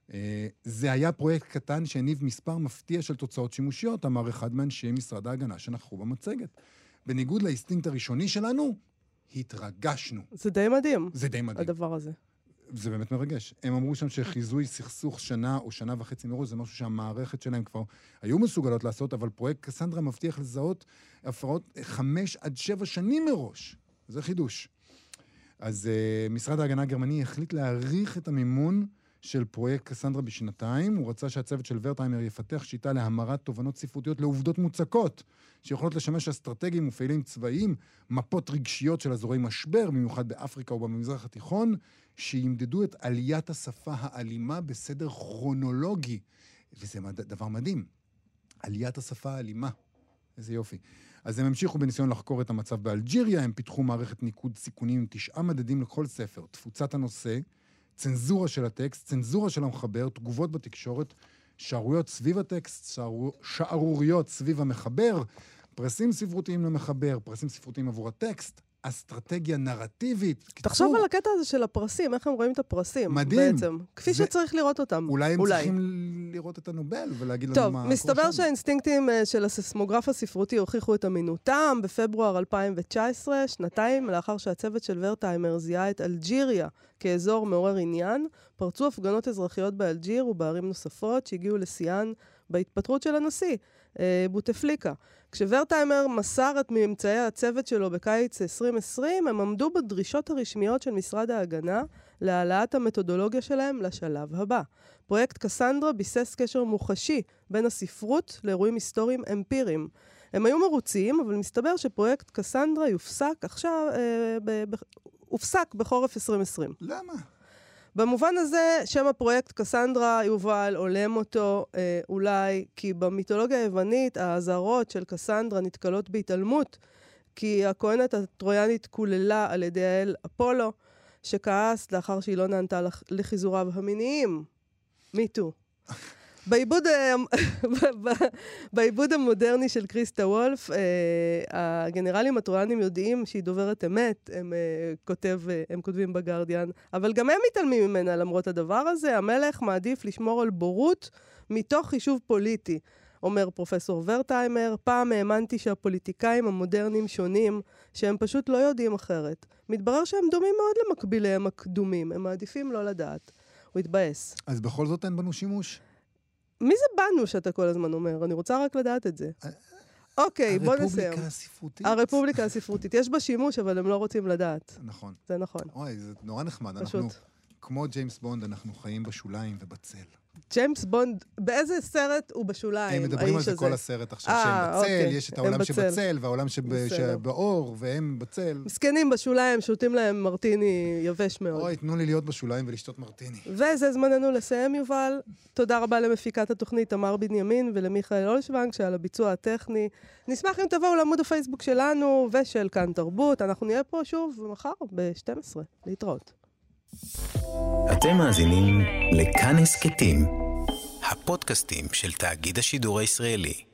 Speaker 3: זה היה פרויקט קטן שהניב מספר מפתיע של תוצאות שימושיות, אמר אחד מאנשי משרד ההגנה שנכחו במצגת. בניגוד לאינסטינקט הראשוני שלנו, התרגשנו.
Speaker 4: זה די מדהים.
Speaker 3: זה די מדהים.
Speaker 4: הדבר הזה.
Speaker 3: זה באמת מרגש. הם אמרו שם שחיזוי סכסוך שנה או שנה וחצי מראש, זה משהו שהמערכת שלהם כבר היו מסוגלות לעשות, אבל פרויקט קסנדרה מבטיח לזהות הפרות חמש עד שבע שנים מראש. זה חידוש. אז uh, משרד ההגנה הגרמני החליט להאריך את המימון של פרויקט קסנדרה בשנתיים. הוא רצה שהצוות של ורטהיימר יפתח שיטה להמרת תובנות ספרותיות לעובדות מוצקות, שיכולות לשמש אסטרטגיים ופעילים צבאיים, מפות רגשיות של אזורי משבר, במיוחד באפריקה או במזרח התיכון, שימדדו את עליית השפה האלימה בסדר כרונולוגי. וזה דבר מדהים. עליית השפה האלימה. איזה יופי. אז הם המשיכו בניסיון לחקור את המצב באלג'יריה, הם פיתחו מערכת ניקוד סיכונים עם תשעה מדדים לכל ספר, תפוצת הנושא, צנזורה של הטקסט, צנזורה של המחבר, תגובות בתקשורת, שערוריות סביב הטקסט, שערור... שערוריות סביב המחבר, פרסים ספרותיים למחבר, פרסים ספרותיים עבור הטקסט, אסטרטגיה נרטיבית.
Speaker 4: תחשוב
Speaker 3: קיצור,
Speaker 4: על הקטע הזה של הפרסים, איך הם רואים את הפרסים.
Speaker 3: מדהים.
Speaker 4: בעצם. כפי
Speaker 3: זה-
Speaker 4: שצריך לראות אותם.
Speaker 3: אולי הם
Speaker 4: אולי.
Speaker 3: צריכים לראות את הנובל ולהגיד לנו
Speaker 4: טוב,
Speaker 3: מה...
Speaker 4: מסתבר
Speaker 3: קורה שם.
Speaker 4: שהאינסטינקטים אה, של הסיסמוגרף הספרותי הוכיחו את אמינותם. בפברואר אלפיים תשע עשרה, שנתיים לאחר שהצוות של ורטהיימר זיהה את אלג'יריה כאזור מעורר עניין, פרצו הפגנות אזרחיות באלג'יר ובערים נוספות שהגיעו לשיאן בהתפטרות של הנשיא, אה, בוטפליקה. כשוורטהיימר מסר את ממצאי הצוות שלו בקיץ עשרים עשרים, הם עמדו בדרישות הרשמיות של משרד ההגנה להעלאת המתודולוגיה שלהם לשלב הבא. פרויקט קסנדרה ביסס קשר מוחשי בין הספרות לאירועים היסטוריים אמפיריים. הם היו מרוצים, אבל מסתבר שפרויקט קסנדרה יופסק עכשיו, אה, ב- ב- הופסק בחורף עשרים עשרים.
Speaker 3: למה?
Speaker 4: במובן הזה, שם הפרויקט קסנדרה, יובל, עולם אותו אה, אולי, כי במיתולוגיה היוונית, האזהרות של קסנדרה נתקלות בהתעלמות, כי הכהנת הטרויאנית כוללה על ידי האל אפולו, שכעס לאחר שהיא לא נענתה לח- לחיזוריו המיניים. מיטו. בעיבוד, אה, ב- ב- בעיבוד המודרני של קריסטה וולף, אה, הגנרלים הטרויאנים יודעים שהיא דוברת אמת, הם, אה, כותב, אה, הם כותבים בגרדיאן, אבל גם הם מתעלמים ממנה למרות הדבר הזה. המלך מעדיף לשמור על בורות מתוך חישוב פוליטי, אומר פרופסור ורטהיימר. פעם האמנתי שהפוליטיקאים המודרניים שונים, שהם פשוט לא יודעים אחרת. מתברר שהם דומים מאוד למקביליהם הקדומים, הם מעדיפים לא לדעת. הוא התבאס.
Speaker 3: אז בכל זאת אין בנו שימוש.
Speaker 4: מי זה בנו שאתה כל הזמן אומר? אני רוצה רק לדעת את זה. אוקיי, בוא נסיים.
Speaker 3: הרפובליקה הספרותית.
Speaker 4: הרפובליקה הספרותית. יש בה שימוש, אבל הם לא רוצים לדעת.
Speaker 3: נכון.
Speaker 4: זה נכון.
Speaker 3: אוי, זה נורא נחמד.
Speaker 4: פשוט.
Speaker 3: אנחנו, כמו ג'יימס בונד, אנחנו חיים בשוליים ובצל.
Speaker 4: ג'יימס בונד, באיזה סרט הוא בשוליים,
Speaker 3: הם מדברים על
Speaker 4: האיש
Speaker 3: זה
Speaker 4: הזה?
Speaker 3: כל הסרט עכשיו,
Speaker 4: אה,
Speaker 3: שהם בצל,
Speaker 4: אוקיי,
Speaker 3: יש את
Speaker 4: הם
Speaker 3: העולם
Speaker 4: בצל.
Speaker 3: שבצל, והעולם שב-
Speaker 4: בסדר.
Speaker 3: שבאור, והם בצל.
Speaker 4: מסכנים בשוליים, שותים להם מרטיני יבש מאוד.
Speaker 3: אוי, תנו לי להיות בשוליים ולשתות מרטיני.
Speaker 4: וזה זמננו לסיים, יובל. תודה רבה למפיקת התוכנית תמר בנימין ולמיכאל אולשוונג שעל הביצוע הטכני. נשמח אם תבואו לעמוד הפייסבוק שלנו ושל כאן תרבות. אנחנו נהיה פה שוב מחר ב-שתים עשרה. להתראות.
Speaker 1: אתם מאזינים לכאן הסכתים, הפודקאסטים של תאגיד השידור הישראלי.